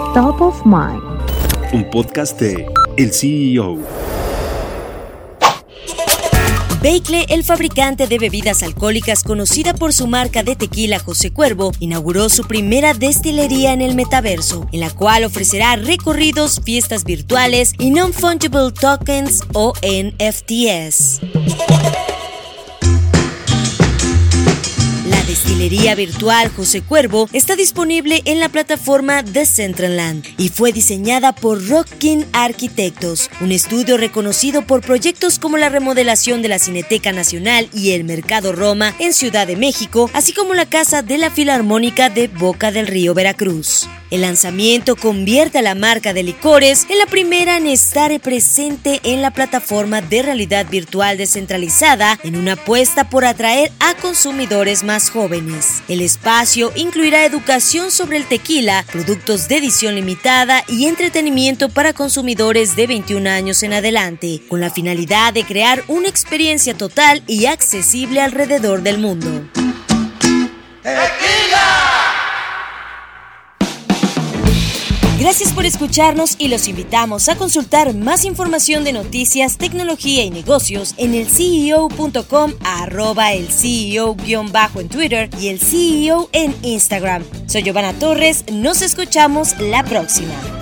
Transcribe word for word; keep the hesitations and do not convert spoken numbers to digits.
Top of Mind, un podcast de El C E O. Becle, el fabricante de bebidas alcohólicas conocida por su marca de tequila José Cuervo, inauguró su primera destilería en el metaverso, en la cual ofrecerá recorridos, fiestas virtuales y Non-Fungible Tokens o N F Ts. La destilería virtual José Cuervo está disponible en la plataforma Decentraland y fue diseñada por Rockin Arquitectos, un estudio reconocido por proyectos como la remodelación de la Cineteca Nacional y el Mercado Roma en Ciudad de México, así como la Casa de la Filarmónica de Boca del Río, Veracruz. El lanzamiento convierte a la marca de licores en la primera en estar presente en la plataforma de realidad virtual descentralizada en una apuesta por atraer a consumidores más jóvenes. El espacio incluirá educación sobre el tequila, productos de edición limitada y entretenimiento para consumidores de veintiún años en adelante, con la finalidad de crear una experiencia total y accesible alrededor del mundo. Gracias por escucharnos y los invitamos a consultar más información de noticias, tecnología y negocios en el C E O punto com, arroba el C E O guión bajo en Twitter y el C E O en Instagram. Soy Giovanna Torres, nos escuchamos la próxima.